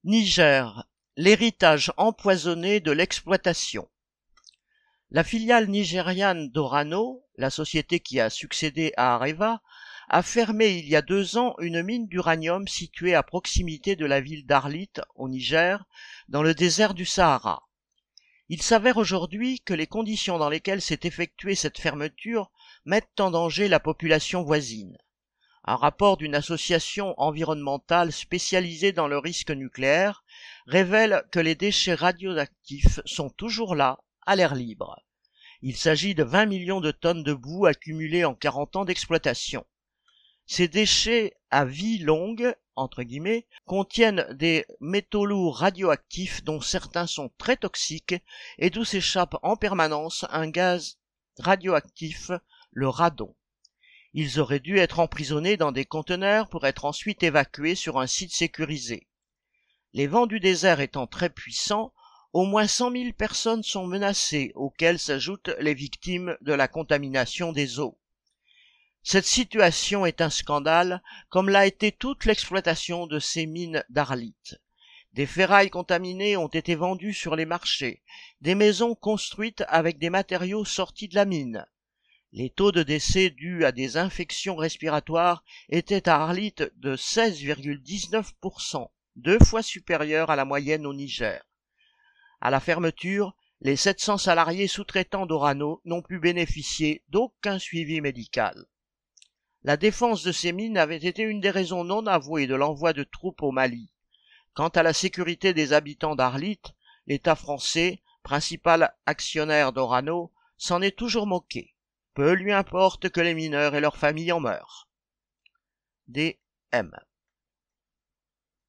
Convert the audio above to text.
Niger, l'héritage empoisonné de l'exploitation. La filiale nigériane d'Orano, la société qui a succédé à Areva, a fermé il y a 2 ans une mine d'uranium située à proximité de la ville d'Arlit, au Niger, dans le désert du Sahara. Il s'avère aujourd'hui que les conditions dans lesquelles s'est effectuée cette fermeture mettent en danger la population voisine. Un rapport d'une association environnementale spécialisée dans le risque nucléaire révèle que les déchets radioactifs sont toujours là, à l'air libre. Il s'agit de 20 millions de tonnes de boue accumulées en 40 ans d'exploitation. Ces déchets à vie longue, entre guillemets, contiennent des métaux lourds radioactifs dont certains sont très toxiques et d'où s'échappe en permanence un gaz radioactif, le radon. Ils auraient dû être emprisonnés dans des conteneurs pour être ensuite évacués sur un site sécurisé. Les vents du désert étant très puissants, au moins 100 000 personnes sont menacées, auxquelles s'ajoutent les victimes de la contamination des eaux. Cette situation est un scandale, comme l'a été toute l'exploitation de ces mines d'Arlit. Des ferrailles contaminées ont été vendues sur les marchés, des maisons construites avec des matériaux sortis de la mine. Les taux de décès dus à des infections respiratoires étaient à Arlit de 16,19%, 2 fois supérieurs à la moyenne au Niger. À la fermeture, les 700 salariés sous-traitants d'Orano n'ont pu bénéficier d'aucun suivi médical. La défense de ces mines avait été une des raisons non avouées de l'envoi de troupes au Mali. Quant à la sécurité des habitants d'Arlit, l'État français, principal actionnaire d'Orano, s'en est toujours moqué. Peu lui importe que les mineurs et leurs familles en meurent. D.M.